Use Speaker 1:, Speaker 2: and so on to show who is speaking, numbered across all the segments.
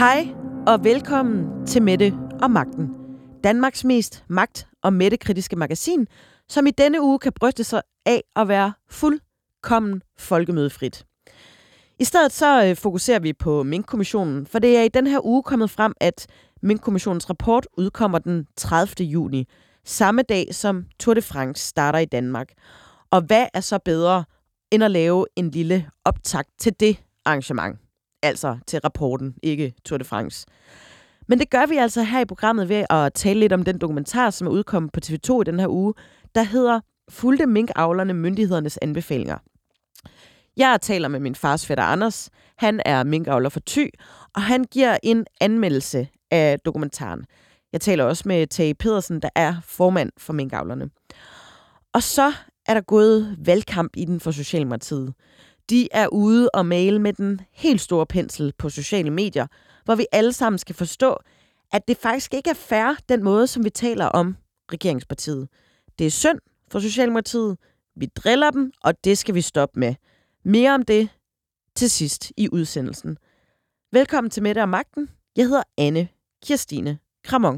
Speaker 1: Hej og velkommen til Mette og Magten. Danmarks mest magt- og mættekritiske magasin, som i denne uge kan bryste sig af at være fuldkommen folkemødefrit. I stedet så fokuserer vi på Minkkommissionen, for det er i den her uge kommet frem, at Minkkommissionens rapport udkommer den 30. juni, samme dag som Tour de France starter i Danmark. Og hvad er så bedre end at lave en lille optakt til det arrangement? Altså til rapporten, ikke Tour de France. Men det gør vi altså her i programmet ved at tale lidt om den dokumentar, som er udkommet på TV2 i den her uge, der hedder Fulgte minkavlerne myndighedernes anbefalinger. Jeg taler med min fars fætter Anders. Han er minkavler for Thy, og han giver en anmeldelse af dokumentaren. Jeg taler også med Tage Pedersen, der er formand for minkavlerne. Og så er der gået valgkamp i den for Socialdemokratiet. De er ude og male med den helt store pensel på sociale medier, hvor vi alle sammen skal forstå, at det faktisk ikke er fair, den måde, som vi taler om regeringspartiet. Det er synd for Socialdemokratiet. Vi driller dem, og det skal vi stoppe med. Mere om det til sidst i udsendelsen. Velkommen til Mette og Magten. Jeg hedder Anne Kirstine Kramon.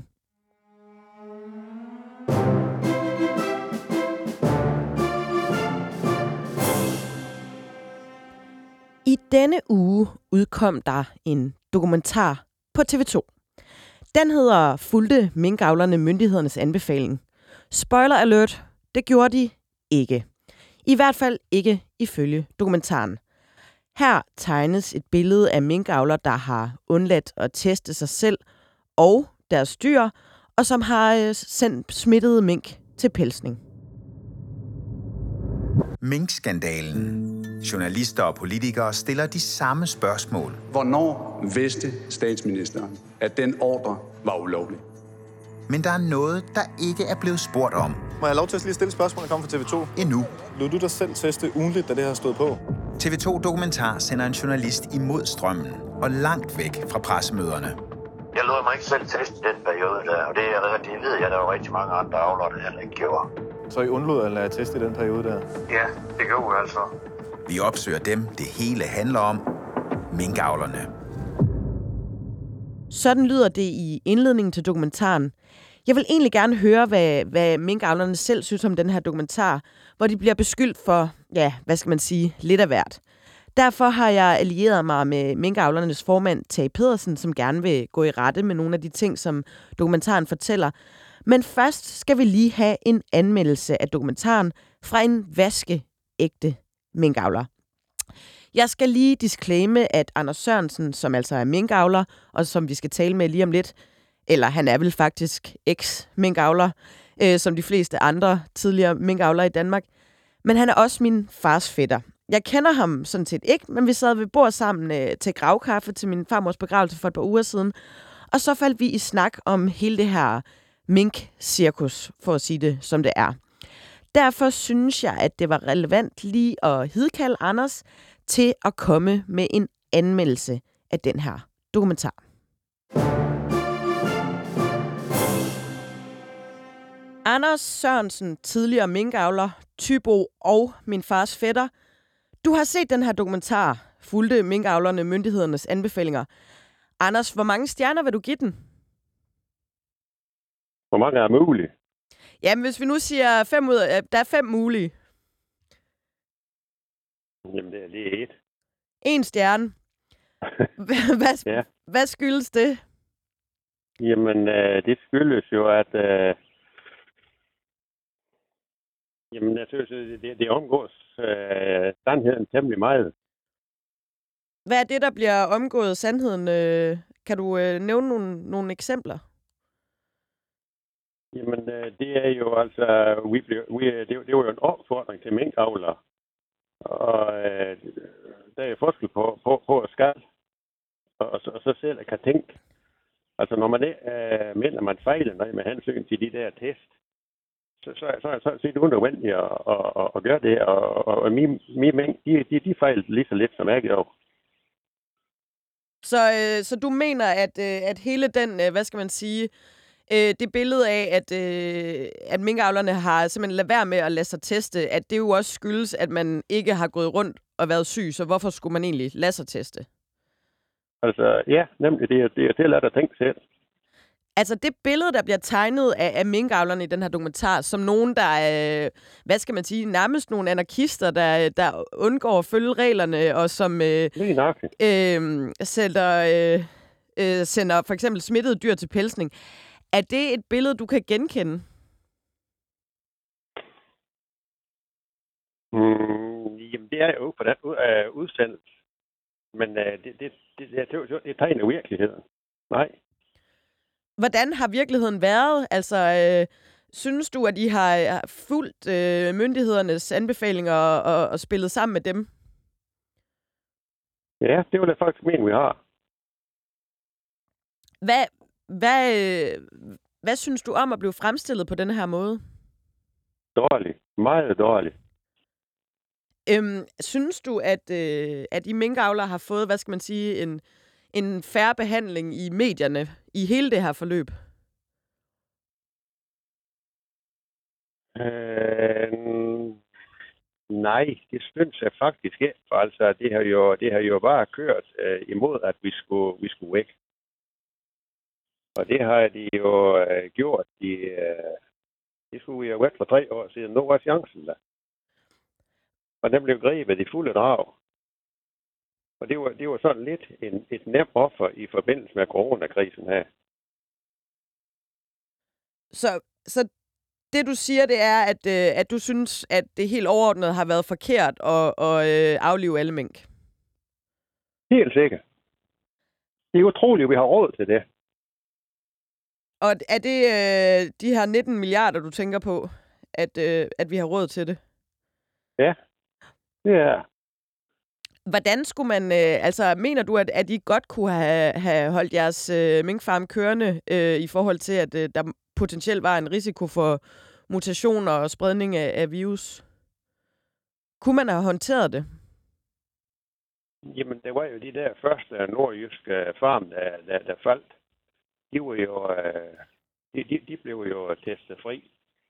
Speaker 1: I denne uge udkom der en dokumentar på TV2. Den hedder Fulgte minkavlerne myndighedernes anbefaling. Spoiler alert, det gjorde de ikke. I hvert fald ikke ifølge dokumentaren. Her tegnes et billede af minkavlere, der har undladt at teste sig selv og deres dyr, og som har sendt smittede mink til pelsning.
Speaker 2: Minkskandalen. Journalister og politikere stiller de samme spørgsmål.
Speaker 3: Hvornår vidste statsministeren, at den ordre var ulovlig?
Speaker 2: Men der er noget, der ikke er blevet spurgt om.
Speaker 4: Må jeg have lov til at lige stille spørgsmål, der kommer fra TV2?
Speaker 2: Endnu.
Speaker 4: Lod du dig selv teste ugenligt, da det her stod på?
Speaker 2: TV2 Dokumentar sender en journalist imod strømmen og langt væk fra pressemøderne.
Speaker 5: Jeg lod mig ikke selv teste den periode der, og det ved jeg, der var rigtig mange andre avlere, der heller ikke gjorde.
Speaker 4: Så I undlod at lade teste i den periode der?
Speaker 5: Ja, det gjorde vi altså.
Speaker 2: Vi opsøger dem, det hele handler om. Minkavlerne.
Speaker 1: Sådan lyder det i indledningen til dokumentaren. Jeg vil egentlig gerne høre, hvad minkavlerne selv synes om den her dokumentar, hvor de bliver beskyldt for, ja, hvad skal man sige, lidt af hvert. Derfor har jeg allieret mig med minkavlernes formand, Tage Pedersen, som gerne vil gå i rette med nogle af de ting, som dokumentaren fortæller. Men først skal vi lige have en anmeldelse af dokumentaren fra en vaskeægte minkavler. Jeg skal lige disclaime, at Anders Sørensen, som altså er minkavler, og som vi skal tale med lige om lidt, eller han er vel faktisk eks-minkavler, som de fleste andre tidligere minkavlere i Danmark, men han er også min fars fætter. Jeg kender ham sådan set ikke, men vi sad ved bord sammen til gravkaffe til min farmors begravelse for et par uger siden, og så faldt vi i snak om hele det her mink-cirkus, for at sige det som det er. Derfor synes jeg, at det var relevant lige at hidkalde Anders til at komme med en anmeldelse af den her dokumentar. Anders Sørensen, tidligere minkavler, Thybo og min fars fætter. Du har set den her dokumentar, Fulgte minkavlerne myndighedernes anbefalinger. Anders, hvor mange stjerner vil du give den?
Speaker 6: Hvor mange er mulige?
Speaker 1: Jamen, hvis vi nu siger 5 ud af... Der er 5 mulige.
Speaker 6: Jamen, det er lige 1.
Speaker 1: 1 stjerne.
Speaker 6: Ja.
Speaker 1: Hvad skyldes det?
Speaker 6: Jamen, det skyldes jo, at... Jamen, jeg synes, det omgås sandheden temmelig meget.
Speaker 1: Hvad er det, der bliver omgået sandheden? Kan du nævne nogle eksempler?
Speaker 6: Jamen, det er jo altså... det var jo en opfordring til minkavlere. Og der er jo forskel på at skal. Og så selv kan tænke. Altså, når man mener, man fejler med hensyn til de der test, så er det unødvendigt at gøre det. Og mine mænd, de fejler lige så lidt, som jeg gjorde.
Speaker 1: Så du mener, at hele den, hvad skal man sige, det billede af, at minkavlerne har simpelthen ladet være med at lade sig teste, at det jo også skyldes, at man ikke har gået rundt og været syg, så hvorfor skulle man egentlig lade sig teste?
Speaker 6: Altså, ja, nemlig, det er tilladt at tænke selv.
Speaker 1: Altså det billede, der bliver tegnet af minkavlerne i den her dokumentar, som nogen, der er, hvad skal man sige, nærmest nogle anarkister, der undgår at følge reglerne, og som sender for eksempel smittede dyr til pelsning. Er det et billede, du kan genkende?
Speaker 6: Jamen, det er jo på den udsendelse. Men det tegner virkeligheden. Nej.
Speaker 1: Hvordan har virkeligheden været? Altså, synes du, at I har fulgt myndighedernes anbefalinger og spillet sammen med dem?
Speaker 6: Ja, det vil jeg faktisk mene, vi har.
Speaker 1: Hvad synes du om at blive fremstillet på denne her måde?
Speaker 6: Dårligt. Meget dårligt.
Speaker 1: Synes du, at I minkavlere har fået, hvad skal man sige, en fair behandling i medierne i hele det her forløb?
Speaker 6: Nej, det synes jeg faktisk ikke. For altså, det har jo bare kørt imod, at vi skulle væk. Og det har de jo gjort. Det skulle vi jo væk for 3 år siden. Nu var chancen der. Og den blev grebet i fulde drag. Og det var sådan lidt et nemt offer i forbindelse med coronakrisen her.
Speaker 1: Så det, du siger, det er, at du synes, at det helt overordnet har været forkert at aflive alle mink?
Speaker 6: Helt sikkert. Det er utroligt, at vi har råd til det.
Speaker 1: Og er det de her 19 milliarder, du tænker på, at vi har råd til det?
Speaker 6: Ja, det er.
Speaker 1: Hvordan skulle man, mener du, at I godt kunne have holdt jeres minkfarm kørende i forhold til, at der potentielt var en risiko for mutationer og spredning af virus? Kunne man have håndteret det?
Speaker 6: Jamen, det var jo de der første nordjyske farm, der faldt. De var jo, de blev jo testet fri.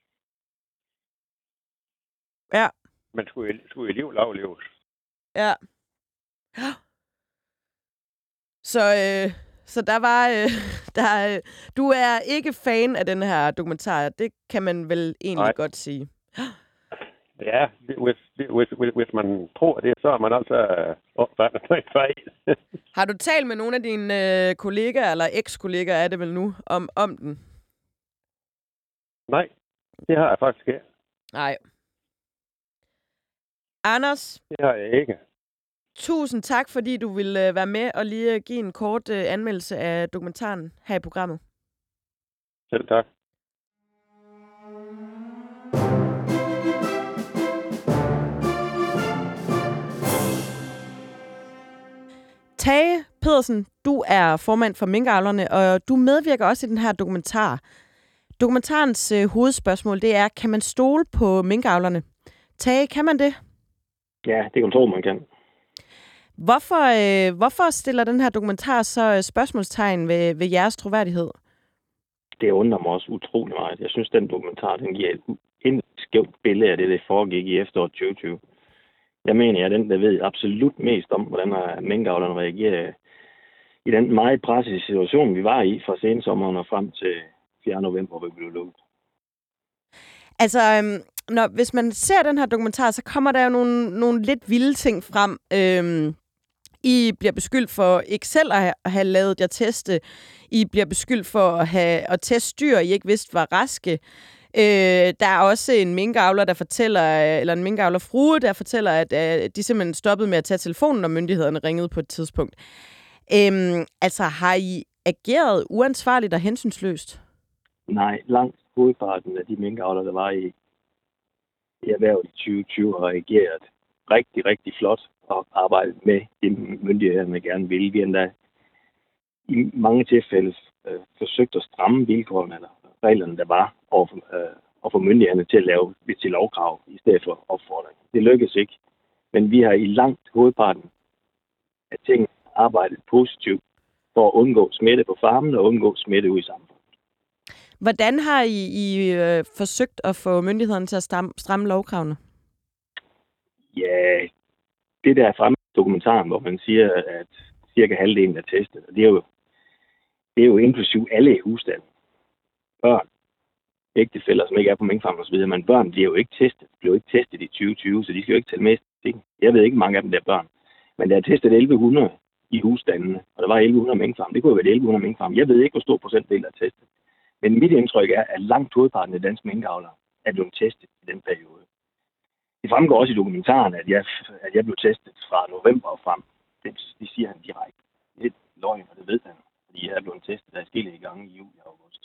Speaker 1: Ja.
Speaker 6: Men skulle alligevel afleves.
Speaker 1: Ja. Så der var... du er ikke fan af den her dokumentar. Det kan man vel egentlig godt sige.
Speaker 6: Ja, hvis man tror det, så er man altså opfattet fejl.
Speaker 1: Har du talt med nogle af dine kollegaer, eller eks-kollegaer er det vel nu, om den?
Speaker 6: Nej, det har jeg faktisk ikke.
Speaker 1: Nej. Anders?
Speaker 6: Det har jeg ikke.
Speaker 1: Tusind tak, fordi du ville være med og lige give en kort anmeldelse af dokumentaren her i programmet.
Speaker 6: Selv tak.
Speaker 1: Tage Pedersen, du er formand for minkavlerne, og du medvirker også i den her dokumentar. Dokumentarens hovedspørgsmål, det er, kan man stole på minkavlerne? Tage, kan man det?
Speaker 7: Ja, det kan man tro, man kan.
Speaker 1: Hvorfor stiller den her dokumentar så spørgsmålstegn ved jeres troværdighed?
Speaker 7: Det undrer mig også utrolig meget. Jeg synes, den dokumentar den giver et skævt billede af det, der foregik i efteråret 2020. Jeg mener, jeg er den, der ved absolut mest om, hvordan minkavlerne reagerer i den meget pressede situation, vi var i fra sensommeren og frem til 4. november, hvor vi blev lukket.
Speaker 1: Altså, hvis man ser den her dokumentar, så kommer der jo nogle lidt vilde ting frem. I bliver beskyldt for ikke selv at have lavet jer teste. I bliver beskyldt for at teste dyr, I ikke vidste var raske. Der er også en minkavler, der fortæller, eller en minkavlerfrue, der fortæller, at de simpelthen stoppede med at tage telefonen, når myndighederne ringede på et tidspunkt. Har I ageret uansvarligt og hensynsløst?
Speaker 7: Nej, langt hovedparten af de minkavler, der var i erhvervet i 2020, har reageret rigtig, rigtig flot og arbejdet med de myndighederne gerne vil. Vi endda i mange tilfælde forsøgt at stramme vilkårene eller reglerne, der var og få myndighederne til at lave til lovkrav i stedet for opfordring. Det lykkedes ikke, men vi har i langt hovedparten af ting arbejdet positivt for at undgå smitte på farmen og undgå smitte ud i samfundet.
Speaker 1: Hvordan har I forsøgt at få myndighederne til at stramme lovkravene?
Speaker 7: Ja, det der er fremme i dokumentaren, hvor man siger, at cirka halvdelen er testet. Og det er jo inklusiv alle i husstanden. Børn, ægtefæller, som ikke er på minkfarm og så videre, men børn bliver jo ikke testet i 2020, så de skal jo ikke tælle med. Jeg ved ikke, mange af dem der børn. Men der er testet 1100 i husstandene, og der var 1100 minkfarm. Det kunne jo være 1100 minkfarm. Jeg ved ikke, hvor stor procentdel der er testet. Men mit indtryk er, at langt hovedparten af danske minkavlere er blevet testet i den periode. Det fremgår også i dokumentaren, at jeg blev testet fra november og frem. Det siger han direkte. Det er løgn, og det ved han. Fordi jeg er blevet testet adskillige gange i juli og august.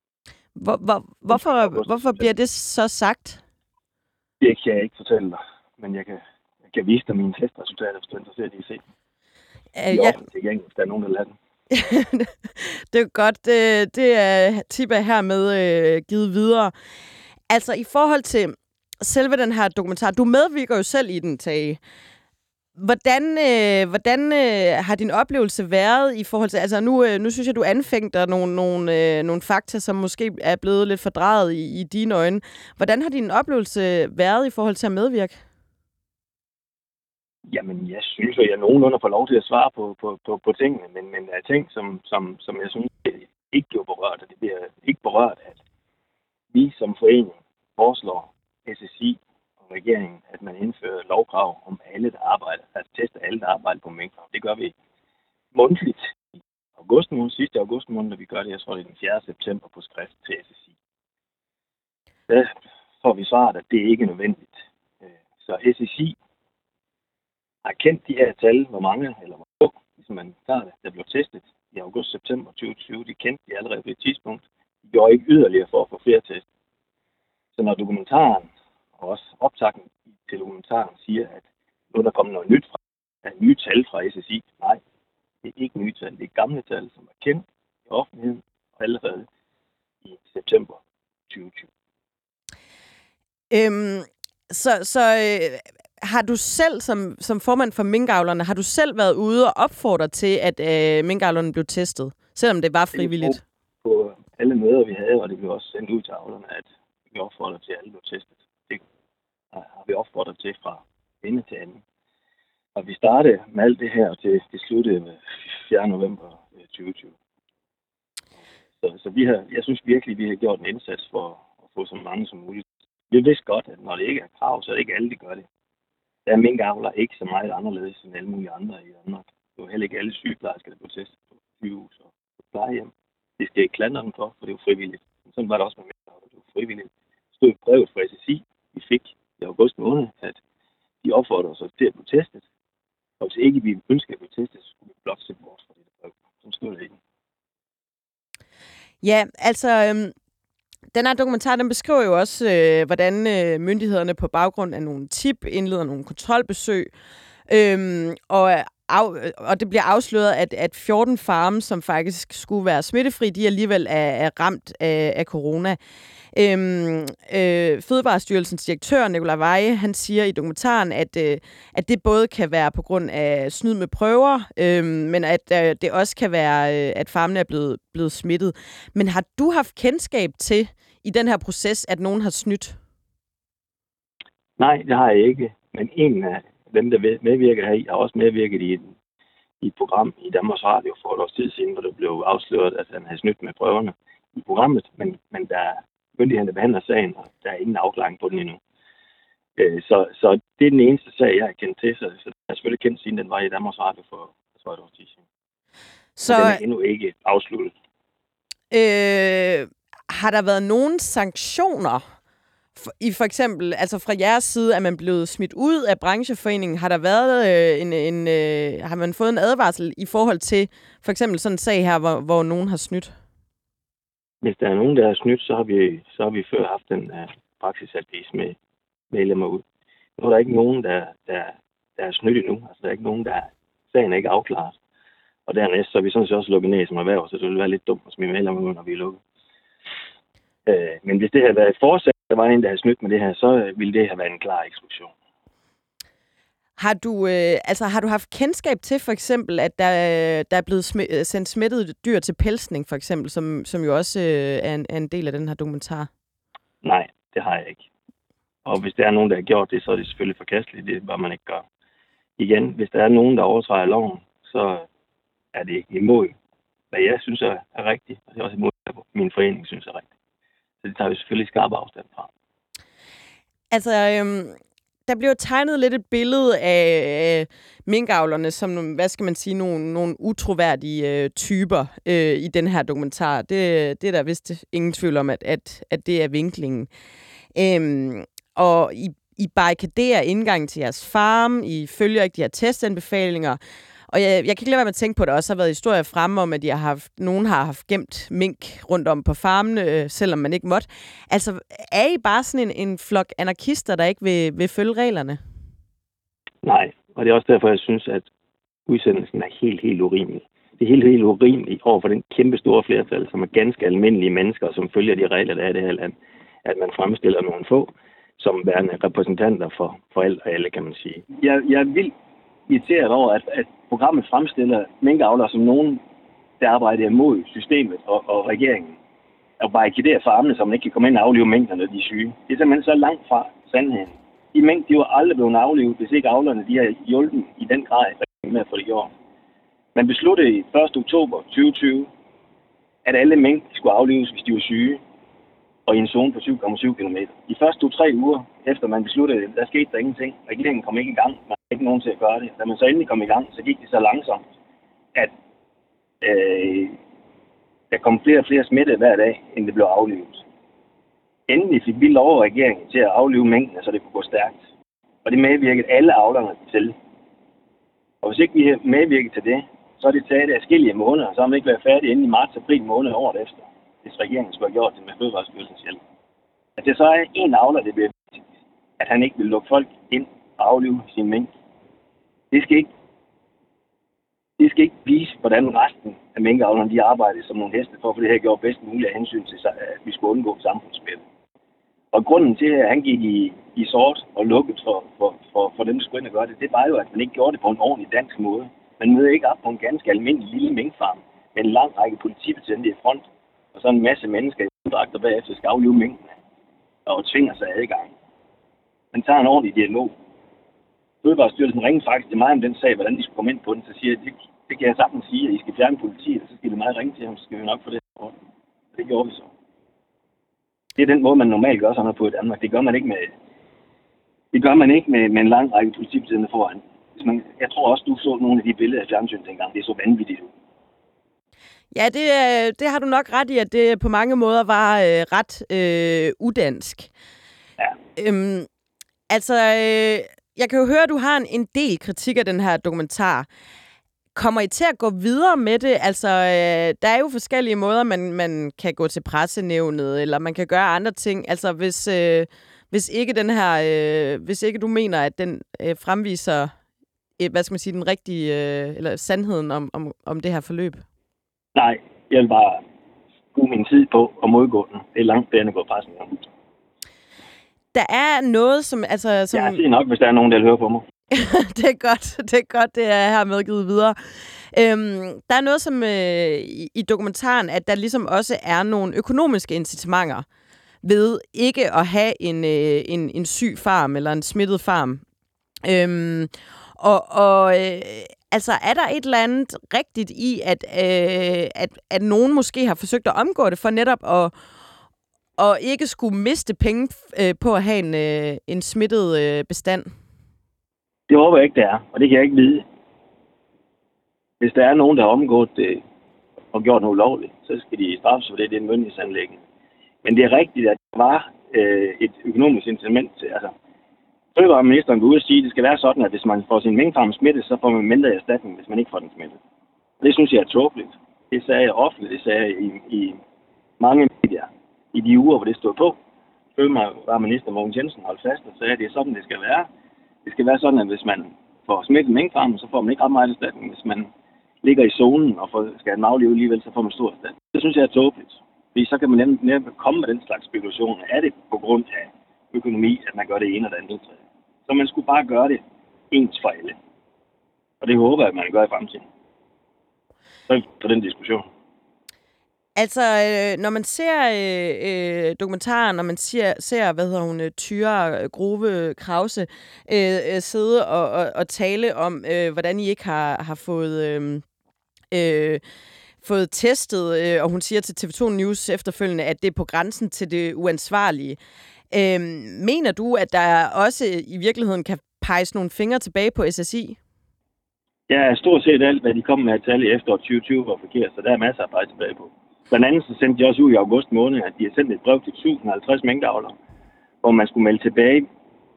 Speaker 1: Hvorfor bliver det så sagt?
Speaker 7: Det kan jeg ikke fortælle dig, men jeg kan vise dig mine testresultater, hvis du er interesseret i at se dem. De er offentligt tilgængelige, hvis der er nogen, der lader dem.
Speaker 1: Det er jo godt. Det er Tiba hermed givet videre. Altså i forhold til selve den her dokumentar, du medvirker jo selv i den, Tage. Hvordan har din oplevelse været i forhold til... Altså nu synes jeg, du anfægter nogle fakta, som måske er blevet lidt fordrejet i dine øjne. Hvordan har din oplevelse været i forhold til at medvirke?
Speaker 7: Jamen, jeg synes, at jeg nogenlunde får lov til at svare på tingene, men der er ting, som jeg synes ikke bliver berørt, og det bliver ikke berørt, at vi som forening foreslår SSI og regeringen, at man indfører lovkrav om alle, der arbejder, altså tester alle, der arbejder på minkfarm. Det gør vi mundtligt i august måned, sidste august måned, og vi gør det, jeg tror, det er den 4. september på skrift til SSI. Der får vi svaret, at det ikke er nødvendigt. Så SSI har kendt de her tal, hvor mange eller hvor få, ligesom man tager det, der blev testet i august-september 2020. De kendte de allerede på et tidspunkt. De gjorde ikke yderligere for at få flere test. Så når dokumentaren, og også optakten til dokumentaren, siger, at nu er der kommet noget nyt fra, nye tal fra SSI, nej, det er ikke nye tal, det er gamle tal, som er kendt i offentligheden allerede i september 2020.
Speaker 1: Har du selv, som formand for minkavlerne, har du selv været ude og opfordre til, at minkavlerne blev testet, selvom det var frivilligt?
Speaker 7: På alle møder, vi havde, og det blev også sendt ud til avlerne, at vi opfordrer til, at alle blev testet. Det har vi opfordret til fra ende til anden. Og vi startede med alt det her til det sluttede med 4. november 2020. Så jeg synes virkelig, vi har gjort en indsats for at få så mange som muligt. Vi vidste godt, at når det ikke er krav, så er det ikke alle, der gør det. Der er minkavlere ikke så meget anderledes end alle mulige andre i Danmark. Det er jo heller ikke alle sygeplejersker, der bliver testet på sygehus og på plejehjem. Det skal ikke klandre dem for det er jo frivilligt. Sådan var det også med minkavlere, det var frivilligt. Det stod i brevet fra SSI, vi fik i august måned, at de opfordrede os til at blive testet. Og hvis ikke vi ønsker at blive testet, så skulle vi blot sætte vores for det brev. Som stod der i den.
Speaker 1: Ja, altså... Den her dokumentar, den beskriver jo også, hvordan myndighederne på baggrund af nogle tip indleder nogle kontrolbesøg, og det bliver afsløret, at 14 farme, som faktisk skulle være smittefri, de alligevel er ramt af corona. Fødevarestyrelsens direktør, Nikolaj Vejle, han siger i dokumentaren, at det både kan være på grund af snyd med prøver, men at det også kan være, at farmene er blevet smittet. Men har du haft kendskab til i den her proces, at nogen har snydt?
Speaker 7: Nej, det har jeg ikke. Men en af dem, der medvirker her, har også medvirket i et program i Danmarks Radio for et års tid siden, hvor det blev afsløret, at han havde snydt med prøverne i programmet, men der myndighederne behandler sagen, og der er ingen afklaring på den endnu. Så det er den eneste sag, jeg har kendt til, så jeg har selvfølgelig kendt, siden den var i Danmarks Radio for et års tid siden. Så den er endnu ikke afsluttet.
Speaker 1: Har der været nogen sanktioner for eksempel, altså fra jeres side, er man blevet smidt ud af brancheforeningen? Har der været har man fået en advarsel i forhold til for eksempel sådan en sag her, hvor nogen har snydt?
Speaker 7: Hvis der er nogen, der har snydt, så har vi før haft en praksis, at vi med medlemmer ud. Nu er der ikke nogen, der er snydt endnu. Altså der er ikke nogen, sagen er ikke afklaret. Og dernæst så er vi sådan set også lukket ned som erhverv, så det ville være lidt dumt at smide medlemmer ud, når vi er lukket. Men hvis det havde været fortsat, der var en, der havde snydt med det her, så ville det have været en klar eksklusion.
Speaker 1: Har du haft kendskab til for eksempel, at der er blevet sendt smittede dyr til pelsning, for eksempel, som jo også er en del af den her dokumentar?
Speaker 7: Nej, det har jeg ikke. Og hvis der er nogen, der har gjort det, så er det selvfølgelig forkasteligt. Det bør man ikke gøre. Igen, hvis der er nogen, der overtræder loven, så er det imod, hvad jeg synes er rigtigt, og det er også imod, hvad min forening synes er rigtigt. Så det tager vi selvfølgelig skarp afstand fra.
Speaker 1: Altså, der bliver tegnet lidt et billede af minkavlerne som, hvad skal man sige, nogle utroværdige typer i den her dokumentar. Det er der vist ingen tvivl om, at det er vinklingen. Og I barrikaderer indgangen til jeres farm, I følger ikke de her testanbefalinger. Og jeg kan ikke lade være med at tænke på, at der også har været historier fremme om, at nogen har haft gemt mink rundt om på farmene, selvom man ikke måtte. Altså, er I bare sådan en flok anarkister, der ikke vil følge reglerne?
Speaker 7: Nej, og det er også derfor, jeg synes, at udsendelsen er helt urimelig. Det er helt urimeligt over for den kæmpe store flertal, som er ganske almindelige mennesker, som følger de regler, der er i det her land, at man fremstiller nogle få som værende repræsentanter for alt og alle, kan man sige. Jeg er vildt irriteret over, at programmet fremstiller minkavlere som nogen, der arbejder imod systemet og regeringen, og barrikaderer farmene, så man ikke kan komme ind og aflive minkerne, når de er syge. Det er simpelthen så langt fra sandheden. De mink, de var aldrig blevet aflivet, hvis ikke avlerne de har hjulpet i den grad med at få det gjort. Man besluttede i 1. oktober 2020, at alle mink skulle aflives, hvis de var syge, og i en zone på 7,7 km. De første 2-3 uger efter man besluttede det, der skete der ingenting. Regeringen kom ikke i gang. Man havde ikke nogen til at gøre det. Da man så endelig kom i gang, så gik det så langsomt, at der kom flere og flere smittede hver dag, end det blev aflivet. Endelig fik vi lov af regeringen til at aflive minkene, så det kunne gå stærkt. Og det medvirkede alle avlerne til. Og hvis ikke vi havde medvirket til det, så er det taget adskillige måneder, så har man ikke været færdig inden i marts-april måned året efter, hvis regeringen skulle have gjort det med Fødevarestyrelsens hjælp. At det så er en avler, det bliver vigtigt, at han ikke vil lukke folk ind og aflive sin mink. Det skal ikke vise, hvordan resten af minkavlerne de arbejder som nogle heste for at få det her gjort bedst muligt af hensyn til, at vi skulle undgå samfundsspil. Og grunden til, at han gik i sort og lukket for dem, der skulle ind og gøre det, det var jo, at man ikke gjorde det på en ordentlig dansk måde. Man møder ikke op på en ganske almindelig lille minkfarm med en lang række politibetjente i front, og så en masse mennesker i uddragter bagefter skal aflive minkene og tvinger sig adgang. Man tager en ordentlig dialog. Fødevarestyrelsen ringede faktisk til mig om den sag, hvordan de skulle komme ind på den, så siger jeg, det kan jeg sagtens sige, at I skal fjerne politiet, og så skal det meget ringe til ham, så skal vi nok få det her. Det gjorde vi så. Det er den måde, man normalt gør sådan noget på i Danmark. Det gør man ikke med en lang række politibetjente foran. Jeg tror også, du så nogle af de billeder af fjernsynet dengang. Det er så vanvittigt ud.
Speaker 1: Ja, det har du nok ret i, at det på mange måder var ret udansk.
Speaker 7: Ja.
Speaker 1: Jeg kan jo høre, at du har en del kritik af den her dokumentar. Kommer I til at gå videre med det? Altså, der er jo forskellige måder, man kan gå til pressenævnet, eller man kan gøre andre ting. Altså, hvis ikke du mener, at den fremviser, hvad skal man sige, den rigtige, eller sandheden om det her forløb?
Speaker 7: Nej, jeg vil bare bruge min tid på at modgå den. Det er langt bedre end at gå pressen.
Speaker 1: Der er noget, som... Altså,
Speaker 7: jeg siger nok, hvis der er nogen, der vil høre på mig.
Speaker 1: Det er godt, det er her medgivet videre. Der er noget som i dokumentaren, at der ligesom også er nogle økonomiske incitamenter ved ikke at have en syg farm eller en smittet farm. Altså, er der et eller andet rigtigt i, at nogen måske har forsøgt at omgå det for netop at ikke skulle miste penge på at have en smittet bestand?
Speaker 7: Det håber jeg ikke, det er, og det kan jeg ikke vide. Hvis der er nogen, der har omgået det og gjort noget ulovligt, så skal de straffes for det. Det er en myndighedsanliggende. Men det er rigtigt, at der var et økonomisk incitament til. Altså, fødevareministeren går ud og sige, at det skal være sådan, at hvis man får sin minkfarm smittet, så får man mindre erstatning, hvis man ikke får den smittet. Og det synes jeg er tåbeligt. Det sagde jeg offentligt, det sagde jeg i mange medier i de uger, hvor det stod på. Fødevareminister Mogens Jensen holdt fast og sagde, at det er sådan, det skal være. Det skal være sådan, at hvis man får smittet minkfarmen, så får man ikke ret meget erstatning. Hvis man ligger i zonen og skal den aflive alligevel, så får man stor erstatning. Det synes jeg er tåbeligt. Fordi så kan man nemlig komme med den slags spekulation. Er det på grund af økonomi, at man gør det ene eller andet? Så man skulle bare gøre det ens for alle. Og det håber jeg, at man gør i fremtiden. Så på den diskussion.
Speaker 1: Altså, når man ser dokumentaren, når man ser, Tyra Grove Krause sidde og tale om, hvordan I ikke har fået fået testet, og hun siger til TV2 News efterfølgende, at det er på grænsen til det uansvarlige. Mener du, at der også i virkeligheden kan peges nogle fingre tilbage på SSI?
Speaker 7: Ja, stort set alt, hvad de kom med at tale i efteråret 2020 var forkert, så der er masser at pege tilbage på. Blandt andet så sendte de også ud i august måned, at de har sendt et brev til 1050 minkavlere, hvor man skulle melde tilbage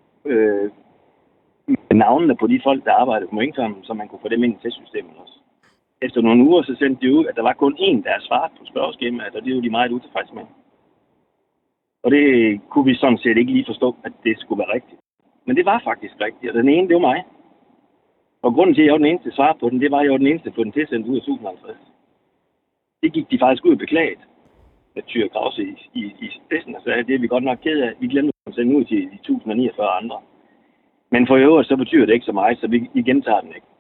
Speaker 7: med navnene på de folk, der arbejdede på minkfarmen, så man kunne få dem ind i testsystemet også. Efter nogle uger så sendte de ud, at der var kun én, der svarede på spørgeskemaet, og det var de meget utilfredse med. Og det kunne vi sådan set ikke lige forstå, at det skulle være rigtigt. Men det var faktisk rigtigt, og den ene, det var mig. Og grunden til, at jeg var den eneste svar på den, det var, at jeg var den eneste på den tilsendt ud af 1050. Det gik de faktisk ud og beklaget med Tyre Krause i spidsen og sagde, at det er vi godt nok ked af. Vi glemte at sende ud til de 1049 andre. Men for øvrigt, så betyder det ikke så meget, så vi gentager den ikke.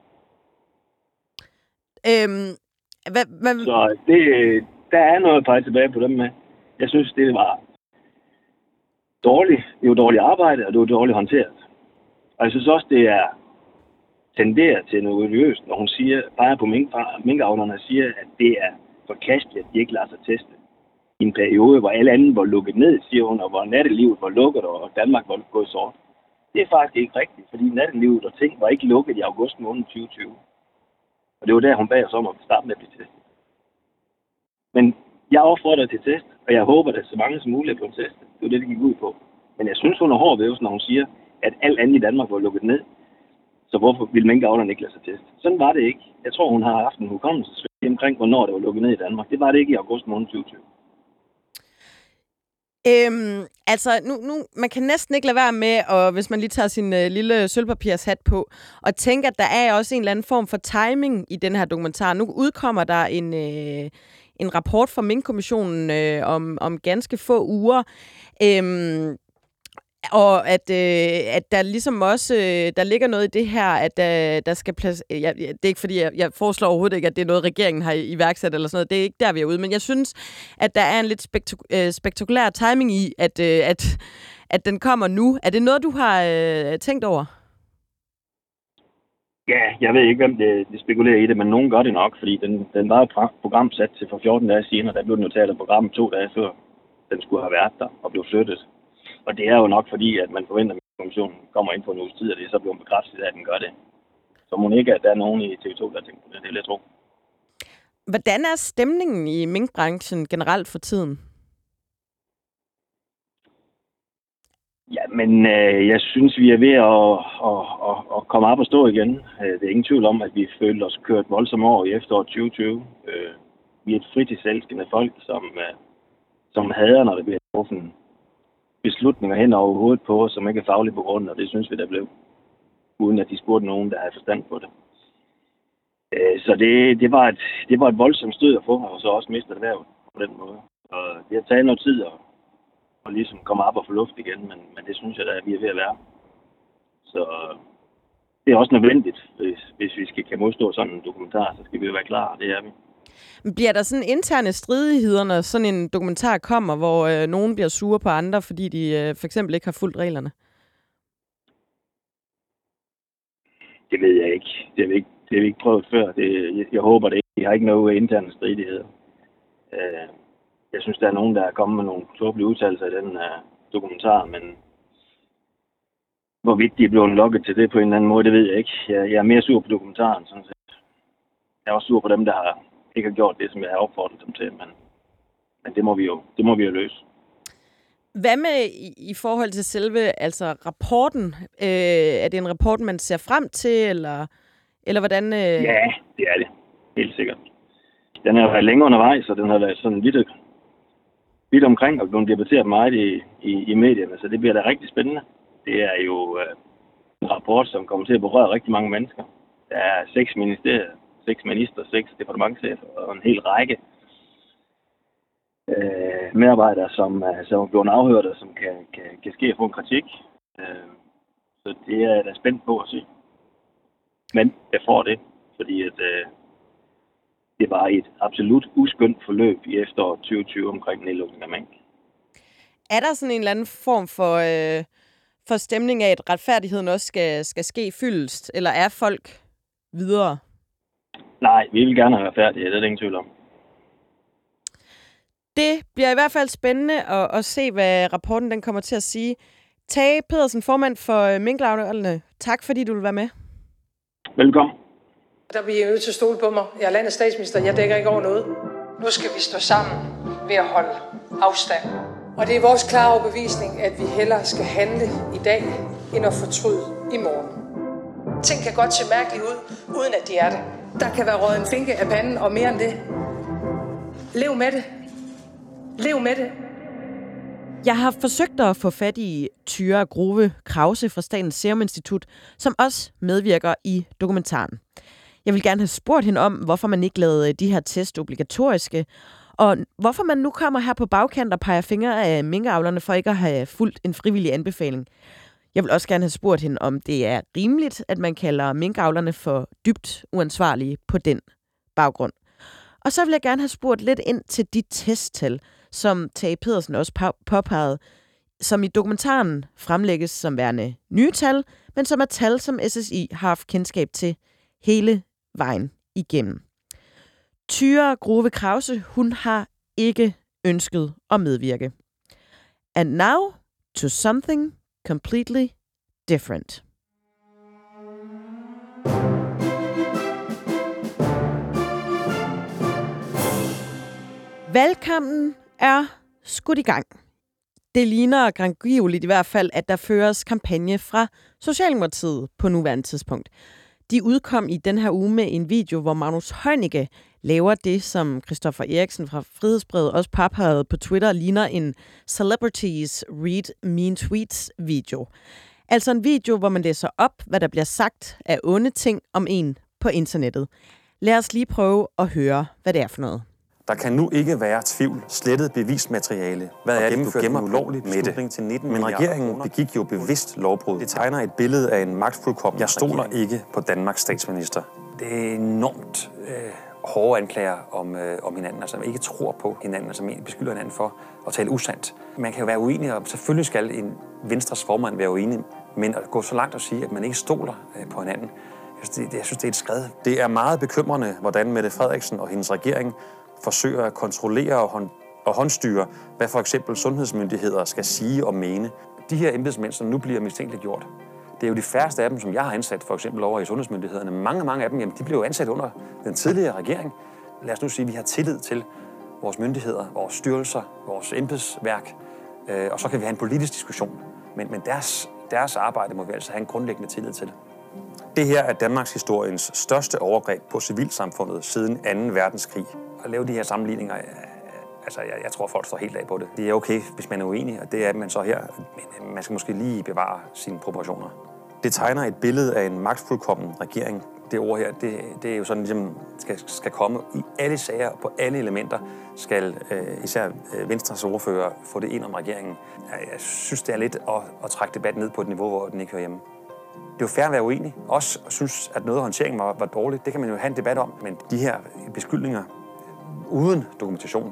Speaker 7: Så der er noget at pege tilbage på dem med. Jeg synes, det var dårligt. Det var dårligt arbejde, og det var dårligt håndteret. Og jeg synes også, det er tenderer til noget odiøst, når hun peger på minkavlerne og siger, at det er forkasteligt, at de ikke lader sig teste. I en periode, hvor alle andre var lukket ned, siger hun, og hvor nattelivet var lukket, og Danmark var gået sort. Det er faktisk ikke rigtigt, fordi nattelivet og ting var ikke lukket i august måned 2020. Og det var der, hun bag os om at starte med at blive testet. Men jeg opfordrer til test, og jeg håber, at så mange som muligt er blevet testet. Det var det gik ud på. Men jeg synes, hun er hård ved os, når hun siger, at alt andet i Danmark var lukket ned. Så hvorfor ville minkavlerne ikke lade sig teste? Sådan var det ikke. Jeg tror, hun har haft en hukommelsesværdi omkring, hvornår det var lukket ned i Danmark. Det var det ikke i august måned 2020.
Speaker 1: Altså, nu, man kan næsten ikke lade være med, og hvis man lige tager sin lille sølvpapirshat på, og tænke, at der er også en eller anden form for timing i den her dokumentar. Nu udkommer der en rapport fra Minkkommissionen om ganske få uger. Og at der ligesom også der ligger noget i det her, at der skal det er ikke fordi, jeg foreslår overhovedet ikke, at det er noget, regeringen har iværksat eller sådan noget. Det er ikke der, vi er ude. Men jeg synes, at der er en lidt spektakulær timing i, at den kommer nu. Er det noget, du har tænkt over?
Speaker 7: Ja, jeg ved ikke, hvem det spekulerer i det, men nogen gør det nok, fordi den var et program sat til for 14 dage siden, og der blev den jo taget af programmet 2 dage før den skulle have været der og blev flyttet. Og det er jo nok fordi, at man forventer, at kommissionen kommer ind på en uges tid, og det er så blevet bekræftet, at den gør det. Så må ikke, at der er nogen i TV2, der tænker på det. Det vil jeg tro.
Speaker 1: Hvordan er stemningen i minkbranchen generelt for tiden?
Speaker 7: Ja, men jeg synes, vi er ved at komme op og stå igen. Det er ingen tvivl om, at vi følte os kørt voldsomt over i efteråret 2020. Vi er et fritidselskende folk, som hader, når det bliver truffet beslutninger hen over hovedet på os, som ikke er fagligt på grunden, og det synes vi, der blev. Uden at de spurgte nogen, der havde forstand på det. Så det var et voldsomt stød at få, og så også mistet erhvervet på den måde. Og det har taget noget tid at ligesom komme op og få luft igen, men det synes jeg, at vi er ved at være. Så det er også nødvendigt, hvis vi kan modstå sådan en dokumentar, så skal vi jo være klar, og det er vi.
Speaker 1: Bliver der sådan interne stridigheder, når sådan en dokumentar kommer, hvor nogen bliver sure på andre, fordi de for eksempel ikke har fulgt reglerne?
Speaker 7: Det ved jeg ikke. Det har vi ikke prøvet før. Jeg håber det ikke. Jeg har ikke noget interne stridigheder. Jeg synes, der er nogen, der er kommet med nogle tåbelige udtalelser i den dokumentar, men hvorvidt de er blevet lukket til det på en eller anden måde, det ved jeg ikke. Jeg er mere sur på dokumentaren, sådan set. Jeg er også sur på dem, der ikke har gjort det, som jeg har opfordret dem til, men det må vi jo løse.
Speaker 1: Hvad med i forhold til selve rapporten? Er det en rapport, man ser frem til, eller hvordan?
Speaker 7: Ja, det er det. Helt sikkert. Den har været længe undervejs, og den har været sådan vidt omkring og blevet debatteret meget i medierne, så det bliver da rigtig spændende. Det er jo en rapport, som kommer til at berøre rigtig mange mennesker. Der er 6 ministerier, 6 minister, 6 departementschefer og en hel række medarbejdere, som er blevet afhørt og som kan ske at få en kritik. Så det er jeg da spændt på at se. Men jeg får det, fordi at det var et absolut uskyndt forløb i efteråret 2020 omkring nedlukning af mink.
Speaker 1: Er der sådan en eller anden form for stemning af, at retfærdigheden også skal ske fyldest, eller er folk videre?
Speaker 7: Nej, vi vil gerne have været færdige, det er der ingen tvivl om.
Speaker 1: Det bliver i hvert fald spændende at se, hvad rapporten den kommer til at sige. Tage Pedersen, formand for minkavlerne. Tak, fordi du vil være med.
Speaker 7: Velkommen.
Speaker 8: Der bliver I nødt til at stole på mig. Jeg er landets statsminister. Jeg dækker ikke over noget. Nu skal vi stå sammen ved at holde afstand. Og det er vores klare overbevisning, at vi hellere skal handle i dag, end at fortryde i morgen. Ting kan godt se mærkeligt ud, uden at de er det. Der kan være røget en finke af panden, og mere end det. Lev med det. Lev med det.
Speaker 1: Jeg har forsøgt at få fat i Thyra Grove Krause fra Statens Serum Institut, som også medvirker i dokumentaren. Jeg vil gerne have spurgt hende om, hvorfor man ikke lavede de her test obligatoriske, og hvorfor man nu kommer her på bagkant og peger fingre af minkavlerne for ikke at have fulgt en frivillig anbefaling. Jeg vil også gerne have spurgt hende, om det er rimeligt, at man kalder minkavlerne for dybt uansvarlige på den baggrund. Og så vil jeg gerne have spurgt lidt ind til de testtal, som Tage Pedersen også påpegede, som i dokumentaren fremlægges som værende nye tal, men som er tal, som SSI har haft kendskab til hele vejen igennem. Thyra Grove Krause, hun har ikke ønsket at medvirke. And now to something completely different. Valgkampen er skudt i gang. Det ligner grangivligt i hvert fald, at der føres kampagne fra Socialdemokratiet på nuværende tidspunkt. De udkom i den her uge med en video, hvor Magnus Heunicke laver det, som Christoffer Eriksen fra Frihedsbrevet også påpegede på Twitter, ligner en Celebrities Read Mean Tweets video. Altså en video, hvor man læser op, hvad der bliver sagt af onde ting om en på internettet. Lad os lige prøve at høre, hvad det er for noget.
Speaker 9: Der kan nu ikke være tvivl. Slettet bevismateriale. Hvad er det, du gemmer ulovligt med det? Til 19 Men regeringen begik jo bevidst lovbrud. Det tegner et billede af en magtfuldkommen. Jeg stoler ikke på Danmarks statsminister. Det er enormt hårde anklager om hinanden. Altså, man ikke tror på hinanden, altså man beskylder hinanden for at tale usandt. Man kan jo være uenig, og selvfølgelig skal en Venstres formand være uenig, men at gå så langt og sige, at man ikke stoler på hinanden, jeg synes, det er et skred. Det er meget bekymrende, hvordan Mette Frederiksen og hendes regering forsøger at kontrollere og håndstyre, hvad for eksempel sundhedsmyndigheder skal sige og mene. De her embedsmænd, som nu bliver mistænkeliggjort, det er jo de færreste af dem, som jeg har ansat, for eksempel over i sundhedsmyndighederne. Mange af dem, jamen, de blev jo ansat under den tidligere regering. Lad os nu sige, at vi har tillid til vores myndigheder, vores styrelser, vores embedsværk, og så kan vi have en politisk diskussion. Men deres arbejde må vi altså have en grundlæggende tillid til. Det her er Danmarks historiens største overgreb på civilsamfundet siden 2. verdenskrig. At lave de her sammenligninger, altså jeg tror, folk står helt af på det. Det er okay, hvis man er uenig, og det er man så her. Men man skal måske lige bevare sine proportioner. Det tegner et billede af en magtfuldkommen regering. Det ord her, det er jo sådan, ligesom skal komme i alle sager, på alle elementer, skal især Venstres ordfører få det ind om regeringen. Jeg synes, det er lidt at trække debatten ned på et niveau, hvor den ikke hører hjemme. Det er jo fair at være uenig. Også synes, at noget af håndteringen var dårligt. Det kan man jo have en debat om. Men de her beskyldninger uden dokumentation,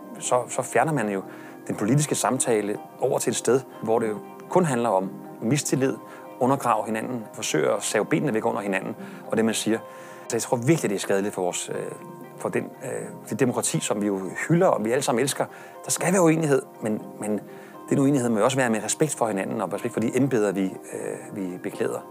Speaker 9: så fjerner man jo den politiske samtale over til et sted, hvor det jo kun handler om mistillid, undergrave hinanden, forsøge at save benene væk under hinanden, og det man siger. Så jeg tror virkelig, det er skadeligt for det demokrati, som vi jo hylder, og vi alle sammen elsker. Der skal være uenighed, men den uenighed må jo også være med respekt for hinanden, og respekt for de embeder, vi beklæder.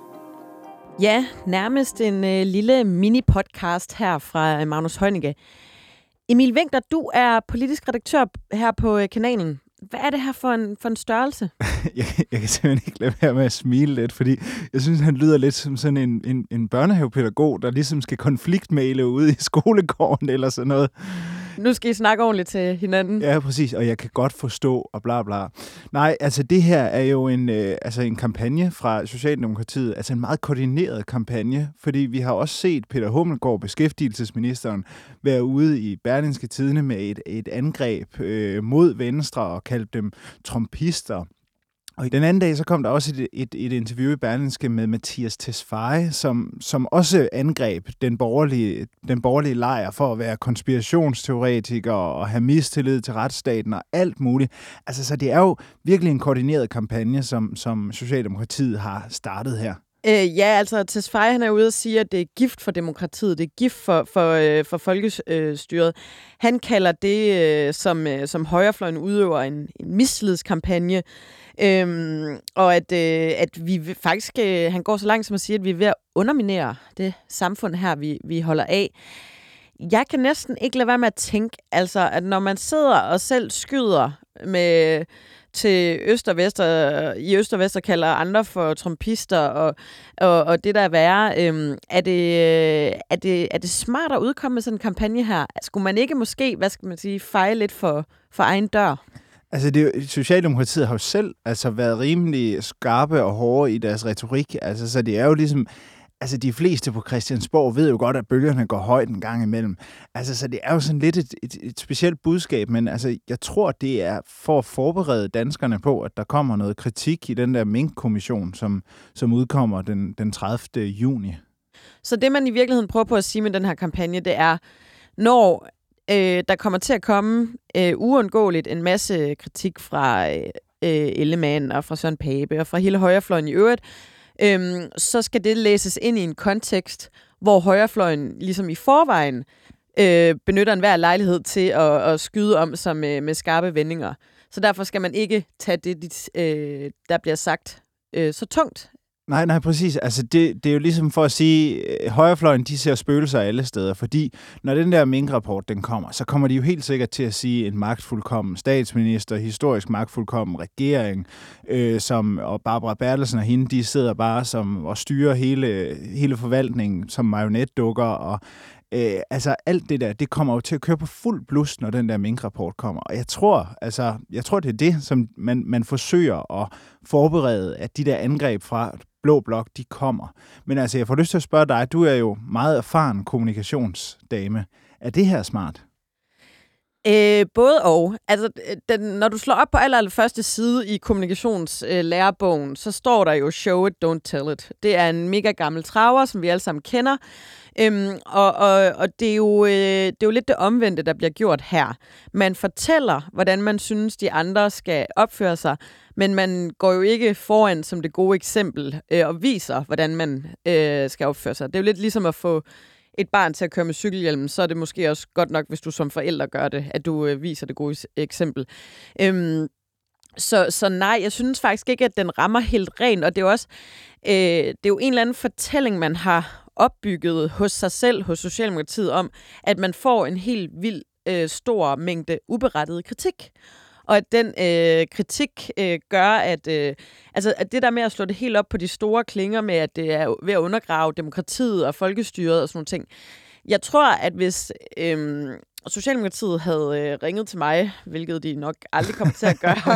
Speaker 1: Ja, nærmest en lille mini-podcast her fra Magnus Heunicke. Emil Winkler, du er politisk redaktør her på kanalen. Hvad er det her for en størrelse?
Speaker 10: Jeg kan simpelthen ikke lade være med at smile lidt, fordi jeg synes, han lyder lidt som sådan en børnehavepædagog, der ligesom skal konfliktmæle ude i skolegården eller sådan noget.
Speaker 1: Nu skal I snakke ordentligt til hinanden.
Speaker 10: Ja, præcis, og jeg kan godt forstå, og bla bla. Nej, altså det her er jo en kampagne fra Socialdemokratiet, altså en meget koordineret kampagne, fordi vi har også set Peter Hummelgaard, beskæftigelsesministeren, være ude i Berlingske Tidende med et angreb mod Venstre og kalde dem trumpister. Og den anden dag, så kom der også et interview i Berlingske med Mathias Tesfaye, som også angreb den borgerlige lejr for at være konspirationsteoretiker og have mistillid til retsstaten og alt muligt. Altså, så det er jo virkelig en koordineret kampagne, som Socialdemokratiet har startet her.
Speaker 1: Ja, altså Tesfaye, han er ude og sige, at det er gift for demokratiet, det er gift for folkestyret. Han kalder det, som højrefløjen udøver, en mislidskampagne, og at vi faktisk, han går så langt som at sige, at vi er ved at underminere det samfund her, vi holder af. Jeg kan næsten ikke lade være med at tænke, altså, at når man sidder og selv skyder til øst og vest, og i øst og vest og kalder andre for trumpister, og det der er værre, er det smart at udkomme med sådan en kampagne her? Skulle man ikke måske, feje lidt for egen dør?
Speaker 10: Altså, Socialdemokratiet har jo selv været rimelig skarpe og hårde i deres retorik, altså, så det er jo ligesom... Altså, de fleste på Christiansborg ved jo godt, at bølgerne går højt en gang imellem. Altså, så det er jo sådan lidt et specielt budskab, men altså, jeg tror, det er for at forberede danskerne på, at der kommer noget kritik i den der Mink-kommission, som udkommer den 30. juni. Så det, man i virkeligheden prøver på at sige med den her kampagne, det er, når der kommer til at komme uundgåeligt en masse kritik fra Ellemann og fra Søren Pape og fra hele højrefløjen i øvrigt, så skal det læses ind i en kontekst, hvor højrefløjen ligesom i forvejen benytter enhver lejlighed til at skyde om sig med skarpe vendinger. Så derfor skal man ikke tage det, der bliver sagt, så tungt. Nej, præcis. Altså, det er jo ligesom for at sige, højrefløjen, de ser spøgelser alle steder, fordi når den der Mink-rapport, den kommer, så kommer de jo helt sikkert til at sige en magtfuldkommen statsminister, historisk magtfuldkommen regering, og Barbara Bertelsen og hende, de sidder bare og styrer hele forvaltningen som marionetdukker, og alt det der, det kommer jo til at køre på fuld blus, når den der Mink-rapport kommer. Og jeg tror, det er det, som man forsøger at forberede, at de der angreb fra Blå Blok, de kommer. Men altså, jeg får lyst til at spørge dig, du er jo meget erfaren kommunikationsdame. Er det her smart?
Speaker 1: Både og. Altså, når du slår op på allerførste side i kommunikationslærebogen, så står der jo show it, don't tell it. Det er en mega gammel traver, som vi alle sammen kender. Og det er jo lidt det omvendte, der bliver gjort her. Man fortæller, hvordan man synes, de andre skal opføre sig, men man går jo ikke foran som det gode eksempel og viser, hvordan man skal opføre sig. Det er jo lidt ligesom at få et barn til at køre med cykelhjelm, så er det måske også godt nok, hvis du som forælder gør det, at du viser det gode eksempel. Så nej, jeg synes faktisk ikke, at den rammer helt rent, og det er jo også det er jo en eller anden fortælling, man har opbygget hos sig selv, hos Socialdemokratiet, om, at man får en helt vild stor mængde uberettiget kritik. Og at den kritik gør, at det der med at slå det helt op på de store klinger med, at det er ved at undergrave demokratiet og folkestyret og sådan nogle ting. Jeg tror, at hvis Socialdemokratiet havde ringet til mig, hvilket de nok aldrig kommer til at gøre,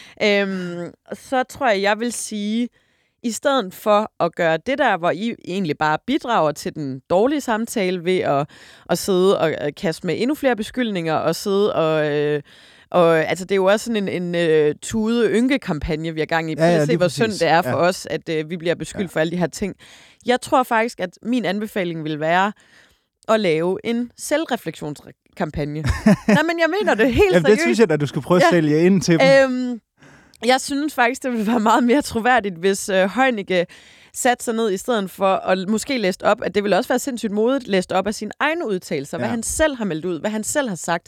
Speaker 1: så tror jeg vil sige, i stedet for at gøre det der, hvor I egentlig bare bidrager til den dårlige samtale ved at sidde og kaste med endnu flere beskyldninger og sidde og altså, det er jo også sådan en tude-ynke-kampagne, vi har gang i. Prøv at se, hvor synd det er for os, at vi bliver beskyldt for alle de her ting. Jeg tror faktisk, at min anbefaling vil være at lave en selvreflektionskampagne. Nej, men jeg mener det helt seriøst.
Speaker 10: Det synes jeg, at du skal prøve at sælge ind til dem.
Speaker 1: Jeg synes faktisk, det ville være meget mere troværdigt, hvis Heunicke satte sig ned i stedet for at måske læst op, at det ville også være sindssygt modigt, læst op af sine egne udtalelser, hvad han selv har meldt ud, hvad han selv har sagt.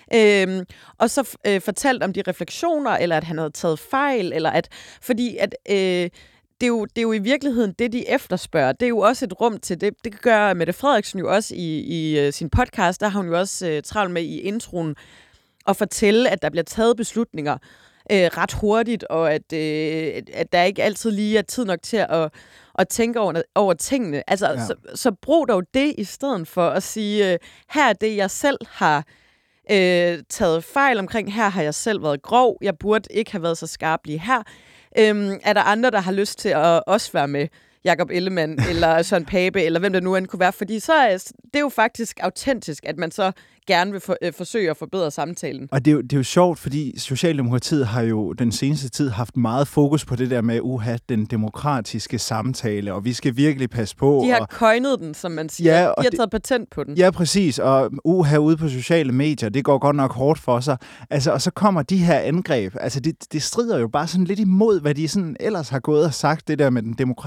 Speaker 1: Og så fortalt om de refleksioner, eller at han havde taget fejl, eller at, fordi at det er jo i virkeligheden det, de efterspørger. Det er jo også et rum til det. Det gør Mette Frederiksen jo også i sin podcast. Der har hun jo også travlt med i introen at fortælle, at der bliver taget beslutninger ret hurtigt, og at der ikke altid lige er tid nok til at tænke over tingene. Altså, så brug dog det i stedet for at sige, her er det, jeg selv har taget fejl omkring. Her har jeg selv været grov. Jeg burde ikke have været så skarp lige her. Er der andre, der har lyst til at også være med? Jakob Ellemann eller Søren Pape, eller hvem det nu end kunne være. Fordi så er det jo faktisk autentisk, at man så gerne vil forsøge at forbedre samtalen. Og det er jo sjovt, fordi Socialdemokratiet har jo den seneste tid haft meget fokus på det der med den demokratiske samtale, og vi skal virkelig passe på. De har coinet den, som man siger. Ja, de har taget patent på den. Ja, præcis. Og ude på sociale medier, det går godt nok hårdt for sig. Altså, og så kommer de her angreb. Altså, det strider jo bare sådan lidt imod, hvad de sådan ellers har gået og sagt, det der med den demokratiske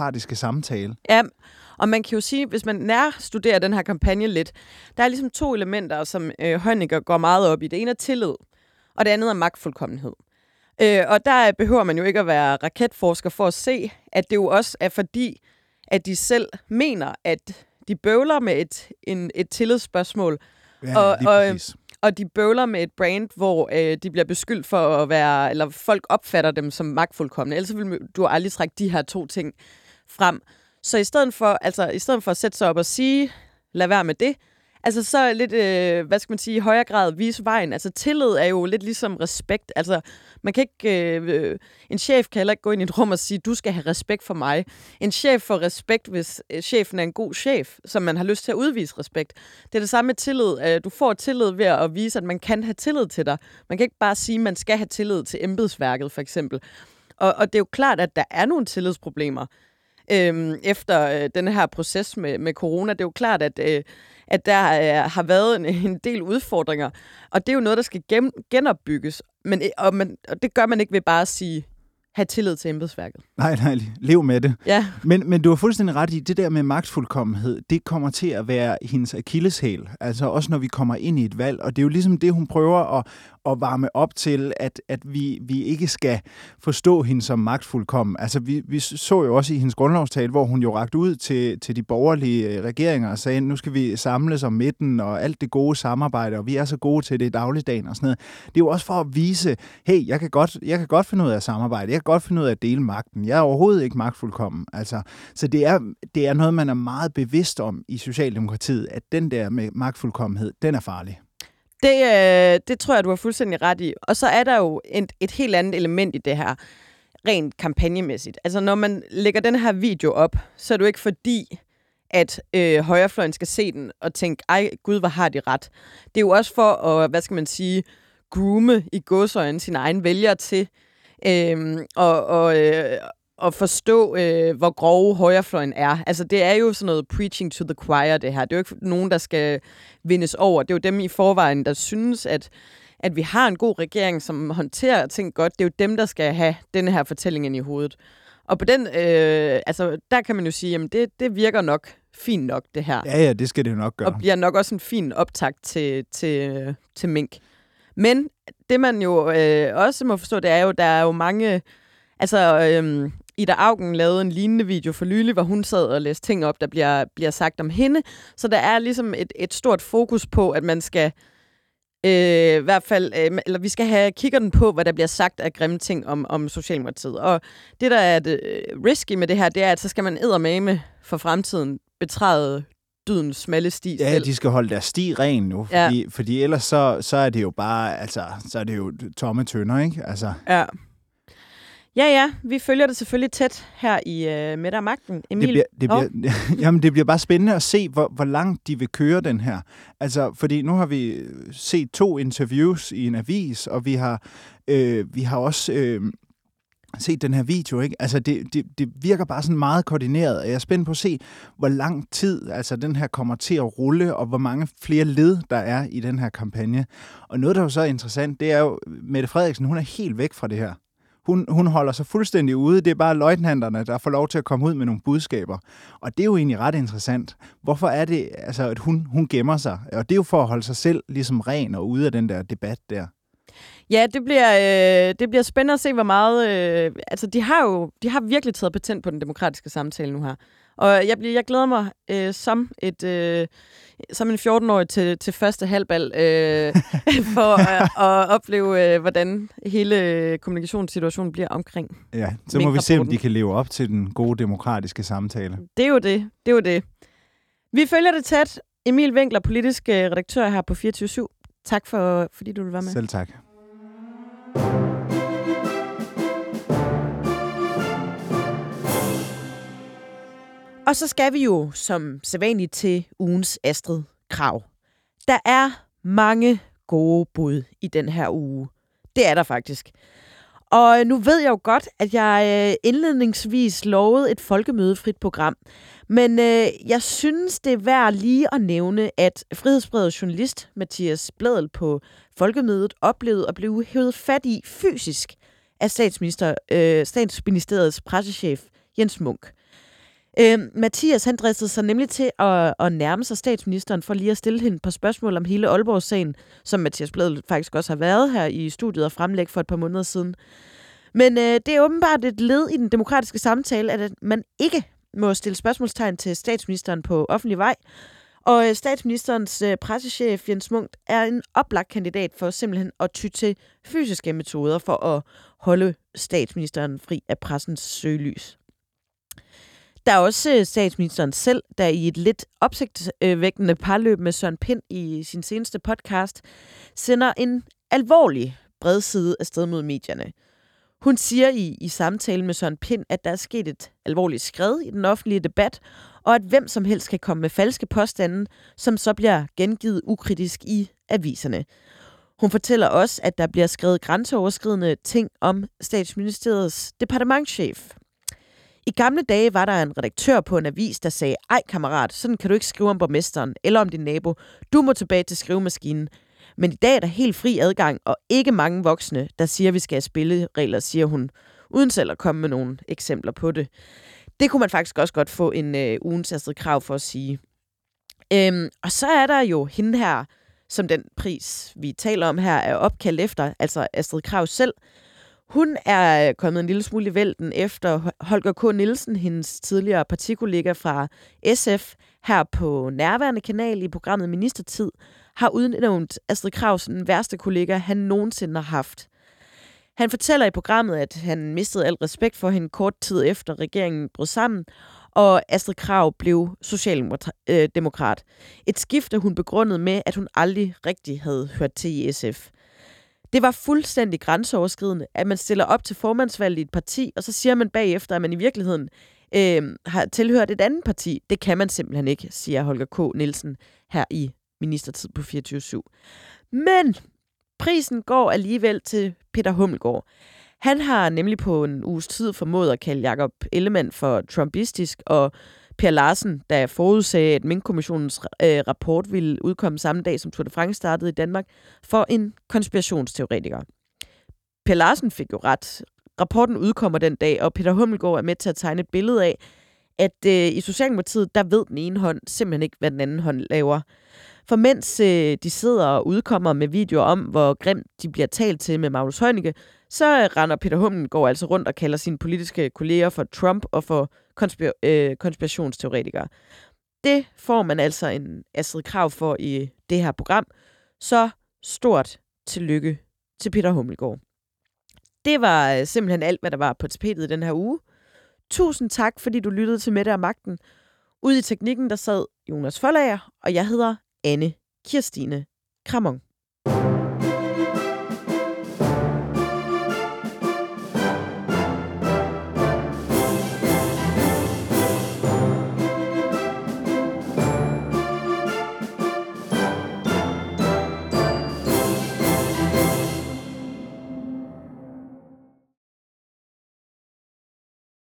Speaker 10: samtale.
Speaker 1: Ja, og man kan jo sige, hvis man nærstuderer den her kampagne lidt, der er ligesom 2 elementer, som Honecker går meget op i. Det ene er tillid, og det andet er magtfuldkommenhed. Og der behøver man jo ikke at være raketforsker for at se, at det jo også er fordi, at de selv mener, at de bøvler med et tillidsspørgsmål.
Speaker 10: Ja,
Speaker 1: og de bøvler med et brand, hvor de bliver beskyldt for at være, eller folk opfatter dem som magtfuldkomne. Ellers vil du aldrig trække de her 2 ting frem. Så i stedet for at sætte sig op og sige, lad være med det, altså så lidt, i højere grad vise vejen. Altså tillid er jo lidt ligesom respekt. Altså man kan ikke, en chef kan heller ikke gå ind i et rum og sige, du skal have respekt for mig. En chef får respekt, hvis chefen er en god chef, som man har lyst til at udvise respekt. Det er det samme med tillid. Du får tillid ved at vise, at man kan have tillid til dig. Man kan ikke bare sige, at man skal have tillid til embedsværket, for eksempel. Og det er jo klart, at der er nogle tillidsproblemer efter den her proces med corona. Det er jo klart, at der har været en del udfordringer, og det er jo noget, der skal genopbygges. Og det gør man ikke ved bare at sige, have tillid til embedsværket.
Speaker 10: Nej, lev med det.
Speaker 1: Ja.
Speaker 10: Men du har fuldstændig ret i, det der med magtfuldkommenhed, det kommer til at være hendes akilleshæl. Altså også når vi kommer ind i et valg, og det er jo ligesom det, hun prøver at varme op til, at vi ikke skal forstå hende som magtfuldkommen. Altså vi så jo også i hendes grundlovstale, hvor hun jo rakte ud til de borgerlige regeringer og sagde, nu skal vi samles om midten og alt det gode samarbejde, og vi er så gode til det i dagligdagen og sådan noget. Det er jo også for at vise, hey, jeg kan godt finde ud af at samarbejde, jeg kan godt finde ud af at dele magten. Jeg er overhovedet ikke magtfuldkommen. Altså, så det er noget, man er meget bevidst om i Socialdemokratiet, at den der med magtfuldkommenhed, den er farlig.
Speaker 1: Det tror jeg, du har fuldstændig ret i. Og så er der jo et helt andet element i det her, rent kampagnemæssigt. Altså, når man lægger den her video op, så er det jo ikke fordi, at højrefløjen skal se den og tænke, ej, gud, hvor har de ret. Det er jo også for at, groome i gåseøjne sine egne vælgere til og forstå, hvor grove højrefløjen er. Altså, det er jo sådan noget preaching to the choir, det her. Det er jo ikke nogen, der skal vindes over. Det er jo dem i forvejen, der synes, at vi har en god regering, som håndterer ting godt. Det er jo dem, der skal have denne her fortælling ind i hovedet. Og på den, der kan man jo sige, jamen det virker nok fint nok, det her.
Speaker 10: Ja, det skal det jo nok gøre.
Speaker 1: Og bliver nok også en fin optakt til mink. Men det, man jo også må forstå, det er jo, der er jo mange... Altså, Ida Auken lavede en lignende video for nylig, hvor hun sad og læste ting op, der bliver sagt om hende. Så der er ligesom et stort fokus på, at man skal i hvert fald, eller vi skal have kiggerten på, hvad der bliver sagt af grimme ting om Socialdemokratiet. Og det, der er det risky med det her, det er, at så skal man eddermame for fremtiden betræde dydens smalle sti.
Speaker 10: Ja, de skal holde deres sti ren nu, fordi ellers så er det jo bare, altså, så er det jo tomme tønder, ikke? Altså.
Speaker 1: Ja. Ja, vi følger det selvfølgelig tæt her i Mette og Magten. Emil?
Speaker 10: Det bliver bare spændende at se, hvor langt de vil køre den her. Altså, fordi nu har vi set 2 interviews i en avis, og vi har også set den her video, ikke? Altså, det virker bare sådan meget koordineret, og jeg er spændt på at se, hvor lang tid altså, den her kommer til at rulle, og hvor mange flere led, der er i den her kampagne. Og noget, der er jo så interessant, det er jo, Mette Frederiksen, hun er helt væk fra det her. Hun holder sig fuldstændig ude. Det er bare løjtnanterne, der får lov til at komme ud med nogle budskaber. Og det er jo egentlig ret interessant. Hvorfor er det, altså, at hun gemmer sig? Og det er jo for at holde sig selv ligesom ren og ude af den der debat der.
Speaker 1: Ja, det bliver spændende at se, hvor meget... altså, de har virkelig taget patent på den demokratiske samtale nu her. Og jeg glæder mig som en 14-årig til første halvbal for at opleve, hvordan hele kommunikationssituationen bliver omkring.
Speaker 10: Ja, så må vi se, om de kan leve op til den gode demokratiske samtale.
Speaker 1: Det er jo det. Vi følger det tæt. Emil Winkler, politisk redaktør her på 24/7. Tak fordi du vil være med.
Speaker 10: Selv tak.
Speaker 1: Og så skal vi jo som sædvanligt til ugens Astrid Krag. Der er mange gode bud i den her uge. Det er der faktisk. Og nu ved jeg jo godt, at jeg indledningsvis lovede et folkemødefrit program. Men jeg synes, det er værd lige at nævne, at frihedsbrevet journalist Mathias Blædel på folkemødet oplevede at blive hævet fat i fysisk af Statsministeriets pressechef Jens Munk. Mathias, han dristede sig nemlig til at nærme sig statsministeren for lige at stille hende et par spørgsmål om hele Aalborg-sagen, som Mathias Blædel faktisk også har været her i studiet og fremlægge for et par måneder siden. Men det er åbenbart et led i den demokratiske samtale, at man ikke må stille spørgsmålstegn til statsministeren på offentlig vej. Og statsministerens pressechef Jens Mundt er en oplagt kandidat for simpelthen at ty til fysiske metoder for at holde statsministeren fri af pressens søgelys. Der er også statsministeren selv, der i et lidt opsigtsvækkende parløb med Søren Pind i sin seneste podcast, sender en alvorlig bredside afsted mod medierne. Hun siger i samtale med Søren Pind, at der er sket et alvorligt skred i den offentlige debat, og at hvem som helst kan komme med falske påstande, som så bliver gengivet ukritisk i aviserne. Hun fortæller også, at der bliver skrevet grænseoverskridende ting om Statsministeriets departementschef. I gamle dage var der en redaktør på en avis, der sagde, ej kammerat, sådan kan du ikke skrive om borgmesteren eller om din nabo. Du må tilbage til skrivemaskinen. Men i dag er der helt fri adgang, og ikke mange voksne, der siger, at vi skal have spilleregler, siger hun, uden selv at komme med nogle eksempler på det. Det kunne man faktisk også godt få en ugens Astrid Krag for at sige. Og så er der jo hende her, som den pris, vi taler om her, er opkaldt efter, altså Astrid Krag selv. Hun er kommet en lille smule i vælten efter Holger K. Nielsen, hendes tidligere partikollega fra SF, her på nærværende kanal i programmet Ministertid, har udnævnt Astrid Krags den værste kollega, han nogensinde har haft. Han fortæller i programmet, at han mistede al respekt for hende kort tid efter regeringen brød sammen, og Astrid Krag blev socialdemokrat. Et skifte, hun begrundede med, at hun aldrig rigtig havde hørt til i SF. Det var fuldstændig grænseoverskridende, at man stiller op til formandsvalget i et parti, og så siger man bagefter, at man i virkeligheden har tilhørt et andet parti. Det kan man simpelthen ikke, siger Holger K. Nielsen her i Ministertid på 24/7. Men prisen går alligevel til Peter Hummelgaard. Han har nemlig på en uges tid formået at kalde Jakob Ellemann for trumpistisk, og Per Larsen, der forudsagde, at Minkkommissionens rapport ville udkomme samme dag, som Tour de France startede i Danmark, for en konspirationsteoretiker. Per Larsen fik jo ret. Rapporten udkommer den dag, og Peter Hummelgaard er med til at tegne et billede af, at i Socialdemokratiet, der ved den ene hånd simpelthen ikke, hvad den anden hånd laver. For mens de sidder og udkommer med videoer om, hvor grimt de bliver talt til med Magnus Heunicke, så render Peter Hummelgaard altså rundt og kalder sine politiske kolleger for Trump og for konspirationsteoretikere. Det får man altså en Astrid Krag for i det her program. Så stort tillykke til Peter Hummelgaard. Det var simpelthen alt, hvad der var på tapetet i den her uge. Tusind tak, fordi du lyttede til Mette og Magten. Ude i teknikken, der sad Jonas Forlager, og jeg hedder Anne Kirstine Kramon.